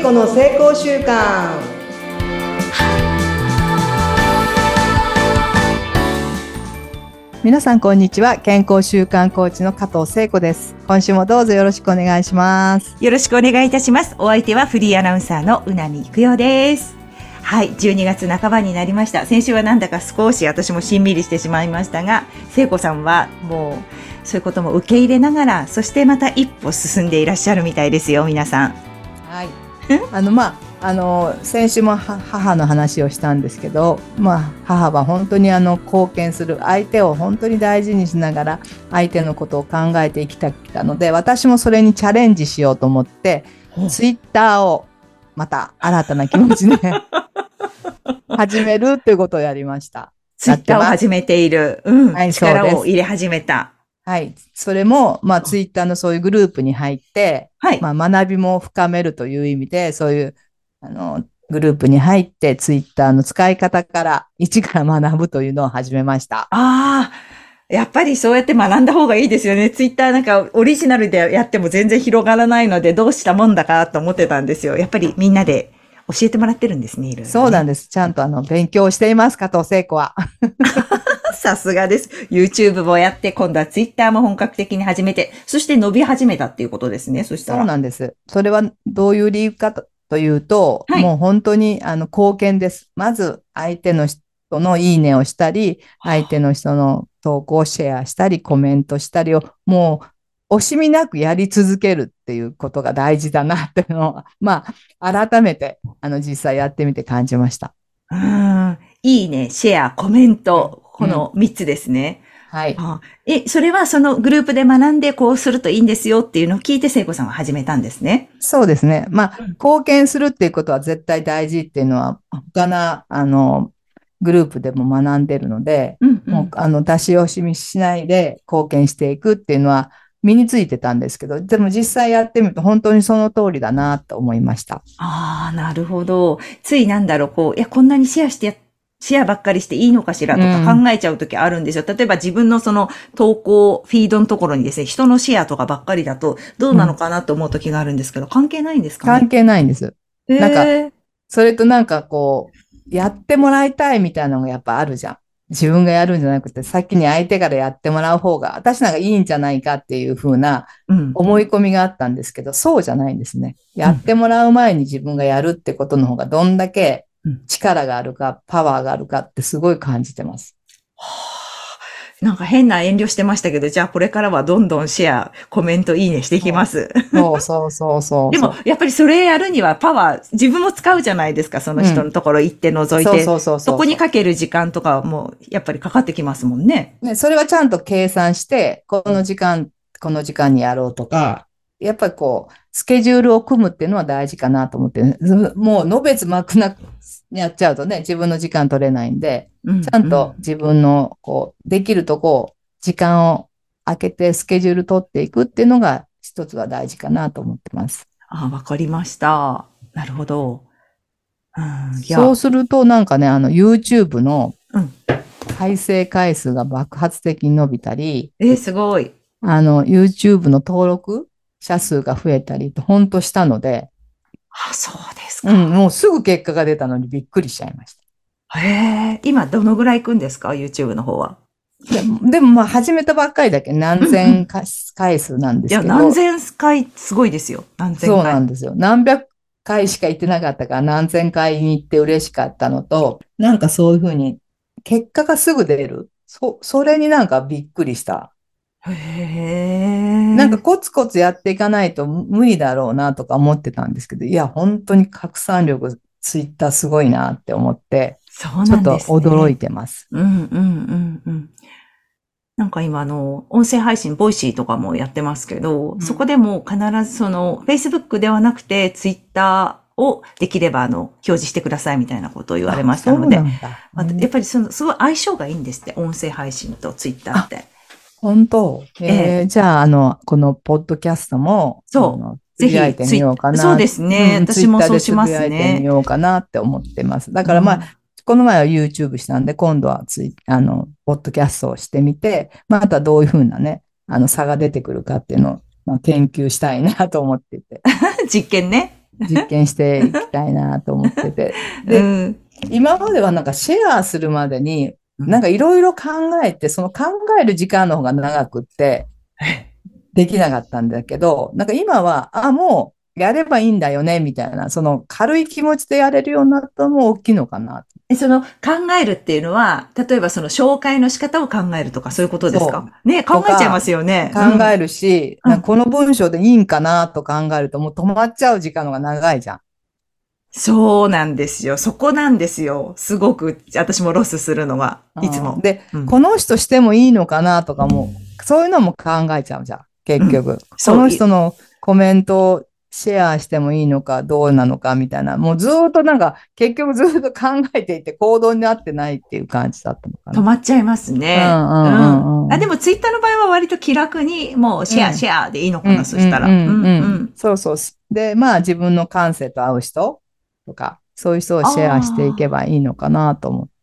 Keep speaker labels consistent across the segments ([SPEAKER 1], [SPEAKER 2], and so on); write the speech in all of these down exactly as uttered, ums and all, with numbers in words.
[SPEAKER 1] 子の成功習慣。
[SPEAKER 2] 皆さんこんにちは。健康習慣コーチの加藤聖子です。今週もどうぞよろしくお願いします。
[SPEAKER 3] よろしくお願いいたします。お相手はフリーアナウンサーのうなみいくよです。はい、じゅうにがつなかばになりました。先週はなんだか少し私もしんみりしてしまいましたが、聖子さんはもうそういうことも受け入れながら、そしてまた一歩進んでいらっしゃるみたいですよ、皆さん。
[SPEAKER 2] はい。あのまああの先週も母の話をしたんですけど、まあ、母は本当にあの貢献する相手を本当に大事にしながら相手のことを考えて生きてきたので、私もそれにチャレンジしようと思ってツイッターをまた新たな気持ちで始めるということをやりました。
[SPEAKER 3] ツイッターを始めている、うん、はい、力を入れ始めた。
[SPEAKER 2] はい。それも、まあ、ツイッターのそういうグループに入って、はい、まあ、学びも深めるという意味で、そういうあの、グループに入って、ツイッターの使い方から、一から学ぶというのを始めました。
[SPEAKER 3] ああ、やっぱりそうやって学んだ方がいいですよね。ツイッターなんかオリジナルでやっても全然広がらないので、どうしたもんだかと思ってたんですよ。やっぱりみんなで教えてもらってるんですね、いろいろね。
[SPEAKER 2] そうなんです。ちゃんとあの、勉強しています、加藤聖子は。
[SPEAKER 3] さすがです。YouTube もやって、今度は Twitter も本格的に始めて、そして伸び始めたっていうことですね。そしたら。
[SPEAKER 2] そうなんです。それはどういう理由かと。というと、はい、もう本当にあの貢献です。まず相手の人のいいねをしたり、相手の人の投稿をシェアしたり、コメントしたりをもう惜しみなくやり続けるっていうことが大事だなっていうのを、まあ改めてあの実際やってみて感じました。
[SPEAKER 3] うん、いいね、シェア、コメント、このみっつですね。うんはい。え、それはそのグループで学んでこうするといいんですよっていうのを聞いて聖子さんは始めたんですね。
[SPEAKER 2] そうですね。まあ、うん、貢献するっていうことは絶対大事っていうのは他のあのグループでも学んでるので、うんうん、もうあの出し惜しみしないで貢献していくっていうのは身についてたんですけど、でも実際やってみると本当にその通りだなと思いました。
[SPEAKER 3] ああ、なるほど。ついなんだろう、こう、いや、こんなにシェアしてやシェアばっかりしていいのかしらとか考えちゃうときあるんですよ。うん、例えば自分のその投稿、フィードのところにですね、人のシェアとかばっかりだとどうなのかなと思うときがあるんですけど、うん、関係ないんですかね？
[SPEAKER 2] 関係ないんです。なんか、それとなんかこう、やってもらいたいみたいなのがやっぱあるじゃん。自分がやるんじゃなくて、先に相手からやってもらう方が、私なんかいいんじゃないかっていう風な思い込みがあったんですけど、うん、そうじゃないんですね。やってもらう前に自分がやるってことの方がどんだけ力があるか、パワーがあるかってすごい感じてます。
[SPEAKER 3] はあ、なんか変な遠慮してましたけど、じゃあこれからはどんどんシェア、コメント、いいねしていきます。
[SPEAKER 2] そうそうそうそう。
[SPEAKER 3] でも、やっぱりそれやるにはパワー、自分も使うじゃないですか、その人のところ行って覗いて。うん、そうそうそうそう。そこにかける時間とかも、やっぱりかかってきますもんね。
[SPEAKER 2] ね、それはちゃんと計算して、この時間、この時間にやろうとか、やっぱりこう、スケジュールを組むっていうのは大事かなと思って、ね、もう、のべつ幕なくやっちゃうとね、自分の時間取れないんで、うんうん、ちゃんと自分の、こう、できるとこう、時間を空けてスケジュール取っていくっていうのが、一つは大事かなと思ってます。
[SPEAKER 3] ああ、わかりました。なるほど。
[SPEAKER 2] うん、そうすると、なんかね、あの、YouTube の再生回数が爆発的に伸びたり、
[SPEAKER 3] うん、えー、すごい。
[SPEAKER 2] あの、YouTube の登録者数が増えたりと、ほんとしたので。
[SPEAKER 3] あ、そうですか。
[SPEAKER 2] うん、もうすぐ結果が出たのにびっくりしちゃいました。
[SPEAKER 3] へえ、今どのぐらい行くんですか ?YouTube の方は。
[SPEAKER 2] でも、でもまあ始めたばっかりだけど何千回数なんですけど。い
[SPEAKER 3] や、何千回すごいですよ。何千回。
[SPEAKER 2] そうなんですよ。何百回しか行ってなかったから何千回に行って嬉しかったのと、なんかそういうふうに結果がすぐ出る。そ、それになんかびっくりした。
[SPEAKER 3] へえ。
[SPEAKER 2] なんかコツコツやっていかないと無理だろうなとか思ってたんですけど、いや、本当に拡散力、ツイッターすごいなって思って、
[SPEAKER 3] そうなんですね。
[SPEAKER 2] ちょっと驚いてます。
[SPEAKER 3] うんうんうんうん。なんか今あの、音声配信、ボイシーとかもやってますけど、うん、そこでも必ずその、Facebook ではなくて、Twitter をできればあの、表示してくださいみたいなことを言われましたので、
[SPEAKER 2] そうなんだ、
[SPEAKER 3] うん、やっぱりその、すごい相性がいいんですって、音声配信と Twitter って。
[SPEAKER 2] 本当、えーえー、じゃあ、あの、このポッドキャストも、
[SPEAKER 3] そう。
[SPEAKER 2] ぜひ、つぶやいてみようかな。
[SPEAKER 3] そうですね。うん、私もそうしますね。
[SPEAKER 2] つぶやいてみようかなって思ってます。だからまあ、うん、この前は YouTube したんで、今度はツイあの、ポッドキャストをしてみて、またどういうふうなね、あの、差が出てくるかっていうのを、まあ、研究したいなと思っていて。
[SPEAKER 3] 実験ね。
[SPEAKER 2] 実験していきたいなと思ってて。で、
[SPEAKER 3] うん。
[SPEAKER 2] 今まではなんかシェアするまでに、
[SPEAKER 3] うん
[SPEAKER 2] なんかいろいろ考えて、その考える時間の方が長くって、できなかったんだけど、なんか今は、あ、もうやればいいんだよね、みたいな、その軽い気持ちでやれるようになったのも大きいのかな。
[SPEAKER 3] えその考えるっていうのは、例えばその紹介の仕方を考えるとかそういうことですかね、考
[SPEAKER 2] とか
[SPEAKER 3] えちゃいますよね。
[SPEAKER 2] 考えるし、
[SPEAKER 3] うん
[SPEAKER 2] なんかこの文章でいいんかなと考えるともう止まっちゃう時間の方が長いじゃん。
[SPEAKER 3] そうなんですよ。そこなんですよ。すごく、私もロスするのは、いつも。
[SPEAKER 2] うんで、
[SPEAKER 3] うん
[SPEAKER 2] この人してもいいのかなとかも、そういうのも考えちゃうじゃん、結局。
[SPEAKER 3] うん
[SPEAKER 2] こ
[SPEAKER 3] そう
[SPEAKER 2] の人のコメントをシェアしてもいいのかどうなのかみたいな、もうずーっとなんか、結局ずーっと考えていて行動になってないっていう感じだったのかな。
[SPEAKER 3] 止まっちゃいますね。
[SPEAKER 2] うんうんうんうん。
[SPEAKER 3] あ、でもツイッターの場合は割と気楽に、もうシェア、
[SPEAKER 2] うん
[SPEAKER 3] シェアでいいのかな、
[SPEAKER 2] うん
[SPEAKER 3] そしたら。
[SPEAKER 2] うんうん
[SPEAKER 3] うん、
[SPEAKER 2] う
[SPEAKER 3] うん。
[SPEAKER 2] ん。そうそう。で、まあ自分の感性と合う人とか、そういう人をシェアしていけ
[SPEAKER 3] あ
[SPEAKER 2] ばいいのかなと思って、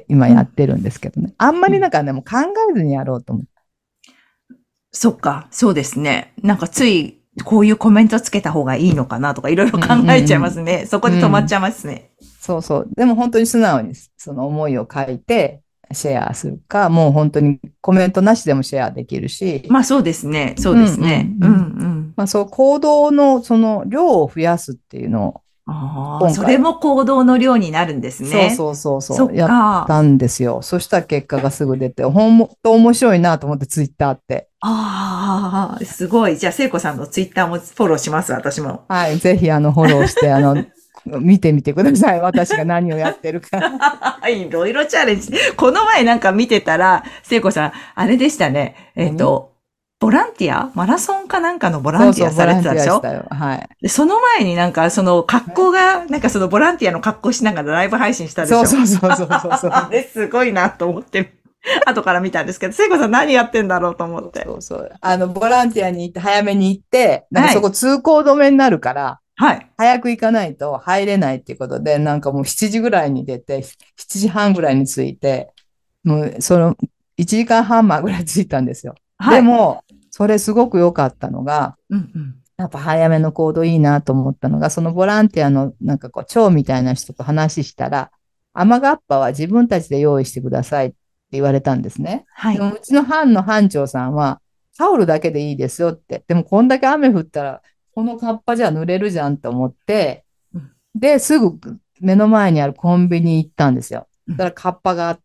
[SPEAKER 2] 今
[SPEAKER 3] あ、うん、
[SPEAKER 2] やってるんですけどね。あんま
[SPEAKER 3] うん。
[SPEAKER 2] りなんかね、もう考えずにやろうと思って。
[SPEAKER 3] そっか、そうですね。なんかつい、こういうコメントつけた方がいいのかなとかいろいろ考えちゃいますね。そこで止まっちゃいますね。
[SPEAKER 2] そうそう。でも本当に素直にその思いを書いてシェアするか、もう本当にコメントなしでもシェアできるし、
[SPEAKER 3] まあそうですね。そう
[SPEAKER 2] うんう
[SPEAKER 3] ですね。うん、う
[SPEAKER 2] んうん。
[SPEAKER 3] ん。
[SPEAKER 2] まあそう、行動のその量を増やすっていうのを
[SPEAKER 3] ああ、
[SPEAKER 2] 今回、
[SPEAKER 3] それも行動の量になるんですね。
[SPEAKER 2] そうそうそう
[SPEAKER 3] そ
[SPEAKER 2] そう、やっ
[SPEAKER 3] っか。
[SPEAKER 2] たんですよ。そしたら結果がすぐ出て、ほんと面白いなと思ってツイッターって。
[SPEAKER 3] ああ、すごい。じゃあ、聖子さんのツイッターもフォローします、私も。
[SPEAKER 2] はい、ぜひあのフォローして、あの、見てみてください。私が何をやってるか。
[SPEAKER 3] いろいろチャレンジ。この前なんか見てたら、聖子さん、あれでしたね。えっと、ボランティアマラソンかなんかのボラ
[SPEAKER 2] そうそう、
[SPEAKER 3] ンティアされ
[SPEAKER 2] ボランテ
[SPEAKER 3] てたでしょ
[SPEAKER 2] ィアしたよ。はい。
[SPEAKER 3] で、その前になんかその格好が、なんかそのボランティアの格好しながらライブ配信したでしょ。
[SPEAKER 2] そうそうそうそうそうそう。
[SPEAKER 3] あれすごいなと思って、後から見たんですけど、聖子さん何やってんだろうと思って。
[SPEAKER 2] そうそう。あの、ボランティアに行って、早めに行って、なんか
[SPEAKER 3] はい。
[SPEAKER 2] そこ通行止めになるから、
[SPEAKER 3] はい。
[SPEAKER 2] 早く行かないと入れないっていうことで、なんかもうしちじぐらいに出て、しちじはんぐらいに着いて、もうそのいちじかんはんまぐらい着いたんですよ。
[SPEAKER 3] はい。
[SPEAKER 2] でも、それすごく良かったのが、
[SPEAKER 3] うんうん。
[SPEAKER 2] やっぱ早めの行動いいなと思ったのが、そのボランティアのなんかこう、長みたいな人と話したら、雨がっぱは自分たちで用意してくださいって言われたんですね。
[SPEAKER 3] はい。
[SPEAKER 2] でもうちの班の班長さんは、タオルだけでいいですよって。でもこんだけ雨降ったら、このカッパじゃ濡れるじゃんと思って、
[SPEAKER 3] うん
[SPEAKER 2] で、すぐ目の前にあるコンビニ行ったんですよ。
[SPEAKER 3] うん
[SPEAKER 2] だからカッパがあって、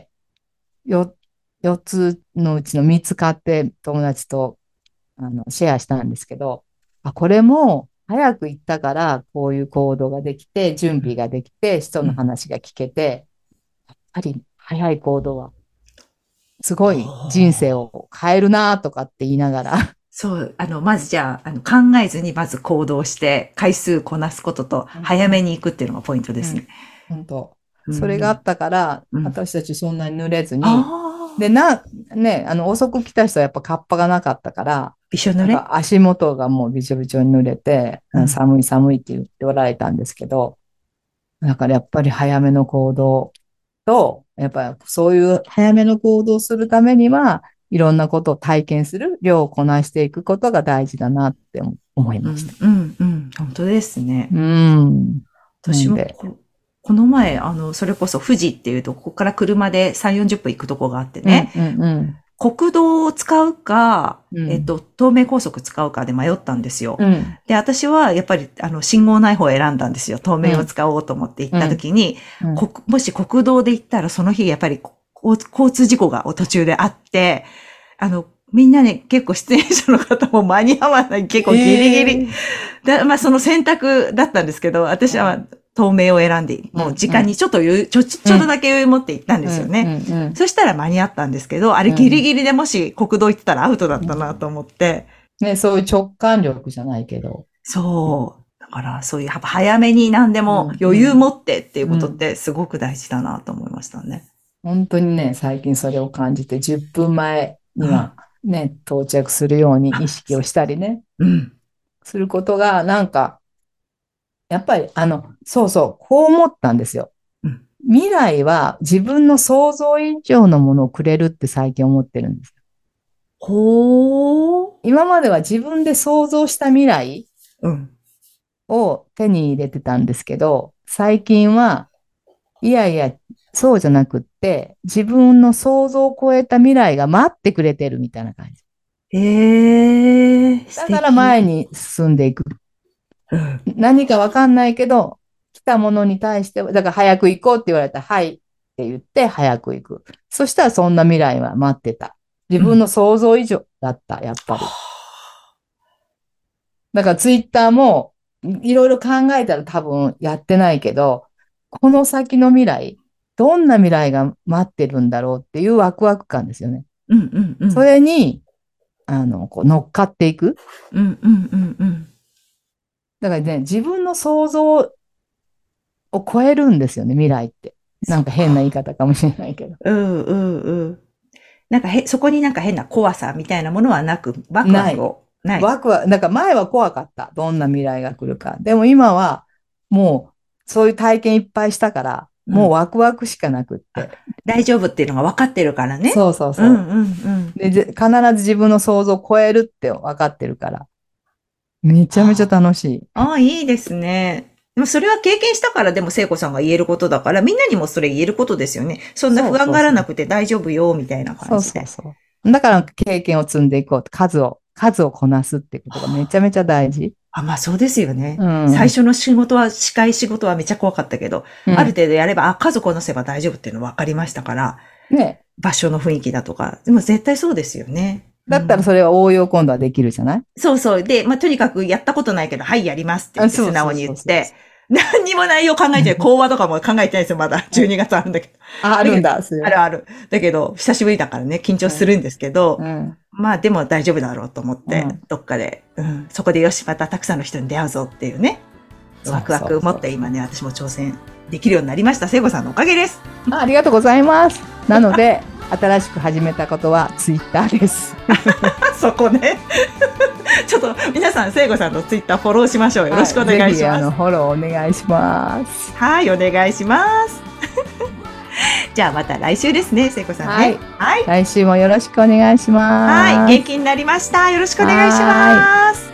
[SPEAKER 2] よ、よっつのうちのみっつ買って友達とあのシェアしたんですけど、あ、これも早く行ったからこういう行動ができて、準備ができて、人の
[SPEAKER 3] うん。
[SPEAKER 2] 話が聞けて、やっぱり早い行動はすごい人生
[SPEAKER 3] お
[SPEAKER 2] を変えるなとかって言いながら、
[SPEAKER 3] そう、あの、まずじゃあ、あの、考えずにまず行動して、回数こなすことと、早めに行くっていうのがポイントですね。
[SPEAKER 2] 本当。
[SPEAKER 3] うん。
[SPEAKER 2] それがあったから、
[SPEAKER 3] うん。
[SPEAKER 2] 私たちそんなに濡れずに、で、
[SPEAKER 3] ああ、
[SPEAKER 2] な、ね、あの、遅く来た人はやっぱカッパがなかったから、
[SPEAKER 3] びしょ濡れ
[SPEAKER 2] なんか足元がもうびちょびちょに濡れて、
[SPEAKER 3] うん。
[SPEAKER 2] 寒い寒いって言っておられたんですけど、だからやっぱり早めの行動と、やっぱりそういう早めの行動をするためには、いろんなことを体験する、量をこなしていくことが大事だなって思い
[SPEAKER 3] うん、
[SPEAKER 2] ました。
[SPEAKER 3] うん、うん。本当ですね。
[SPEAKER 2] うん。な
[SPEAKER 3] 私
[SPEAKER 2] んで、
[SPEAKER 3] もこ、この前、あの、それこそ富士っていうと、ここから車でさん、よんじゅっぷん行くとこがあってね、
[SPEAKER 2] うんうんうん
[SPEAKER 3] 国道を使うか、
[SPEAKER 2] うん
[SPEAKER 3] えっと、東名高速使うかで迷ったんですよ。
[SPEAKER 2] うん
[SPEAKER 3] で、私はやっぱり、あの、信号ない方を選んだんですよ。東名を使おうと思って行った時に、
[SPEAKER 2] うん
[SPEAKER 3] こもし国道で行ったらその日やっぱりこ交通事故が途中であって、あの、みんなね、結構出演者の方も間に合わない、結構ギリギリ。
[SPEAKER 2] えー
[SPEAKER 3] だまあ、その選択だったんですけど、私は東名を選んで、もう時間にちょっと余裕、ちょ、ちょっとだけ余裕持って行ったんですよね。
[SPEAKER 2] うんうんうん
[SPEAKER 3] そしたら間に合ったんですけど、あれギリギリでもし国道行ってたらアウトだったなと思って。
[SPEAKER 2] ね、そういう直感力じゃないけど。
[SPEAKER 3] そう。だから、そういう、やっぱ早めに何でも余裕持ってっていうことってすごく大事だなと思いましたね。
[SPEAKER 2] 本当にね、最近それを感じて、じゅっぷんまえにはね、到着するように意識をしたりね、
[SPEAKER 3] うん。
[SPEAKER 2] することが、なんか、やっぱり、あの、そうそう、こう思ったんですよ。
[SPEAKER 3] うん。
[SPEAKER 2] 未来は自分の想像以上のものをくれるって最近思ってるんです。
[SPEAKER 3] ほー。
[SPEAKER 2] 今までは自分で想像した未来
[SPEAKER 3] うん。
[SPEAKER 2] を手に入れてたんですけど、最近は、いやいや、そうじゃなくって、自分の想像を超えた未来が待ってくれてるみたいな感じ。
[SPEAKER 3] ええ、素敵。
[SPEAKER 2] だから前に進んでいく。
[SPEAKER 3] うん。
[SPEAKER 2] 何かわかんないけど、来たものに対しては、だから早く行こうって言われたら、はいって言って早く行く。そしたらそんな未来は待ってた。自分の想像以上だった、やっぱり。だからツイッターもいろいろ考えたら多分やってないけど、この先の未来、どんな未来が待ってるんだろうっていうワクワク感ですよね。
[SPEAKER 3] うんうんうん。
[SPEAKER 2] それに、あの、こう乗っかっていく。
[SPEAKER 3] うんうんうんうん。
[SPEAKER 2] だからね、自分の想像を超えるんですよね、未来って。なんか変な言い方かもしれないけど。
[SPEAKER 3] うんうんうん。なんかへ、そこになんか変な怖さみたいなものはなく、ワクワクを。ない。
[SPEAKER 2] ワクワク、なんか前は怖かった。どんな未来が来るか。でも今は、もう、そういう体験いっぱいしたから、もうワクワクしかなくって。
[SPEAKER 3] 大丈夫っていうのが分かってるからね。
[SPEAKER 2] そうそうそう。
[SPEAKER 3] うんうんうん。
[SPEAKER 2] で、ぜ必ず自分の想像を超えるって分かってるから、めちゃめちゃ楽しい。
[SPEAKER 3] ああ、いいですね。でもそれは経験したからでも聖子さんが言えることだから、みんなにもそれ言えることですよね。そんな不安がらなくて大丈夫よ、みたいな感じで。
[SPEAKER 2] そうそうそう。だから経験を積んでいこう。数を、数をこなすってことがめちゃめちゃ大事。
[SPEAKER 3] あ、まあそうですよね。
[SPEAKER 2] うん、
[SPEAKER 3] 最初の仕事は、司会仕事はめっちゃ怖かったけど、うん、ある程度やれば、あ、数こなせば大丈夫っていうの分かりましたから、
[SPEAKER 2] ね。
[SPEAKER 3] 場所の雰囲気だとか。でも絶対そうですよね。
[SPEAKER 2] だったらそれは応用今度はできるじゃない、うん、
[SPEAKER 3] そうそう。で、まあとにかくやったことないけど、はい、やりますって言って素直に言って、何にも内容考えて、講話とかも考えてないですよ、まだ。じゅうにがつあるんだけど。
[SPEAKER 2] あ、あるんだ。
[SPEAKER 3] あるある。だけど、久しぶりだからね、緊張するんですけど、うんうん、まあでも大丈夫だろうと思って、うん、どっかで、うん、そこでよし、またたくさんの人に出会うぞっていうね、ワクワク持って今ね、私も挑戦できるようになりました。聖子さんのおかげです。
[SPEAKER 2] あ, ありがとうございます。なので、新しく始めたことはツイッターです。
[SPEAKER 3] そこね。ちょっと皆さん、聖子さんのツイッターフォローしましょう。よろしくお願いします。はい、ぜひあの
[SPEAKER 2] フォローお願いします。
[SPEAKER 3] はい、お願いします。じゃあまた来週ですね、聖子さんね。
[SPEAKER 2] はい。はい、来週もよろしくお願いします。
[SPEAKER 3] はい、元気になりました。よろしくお願いします。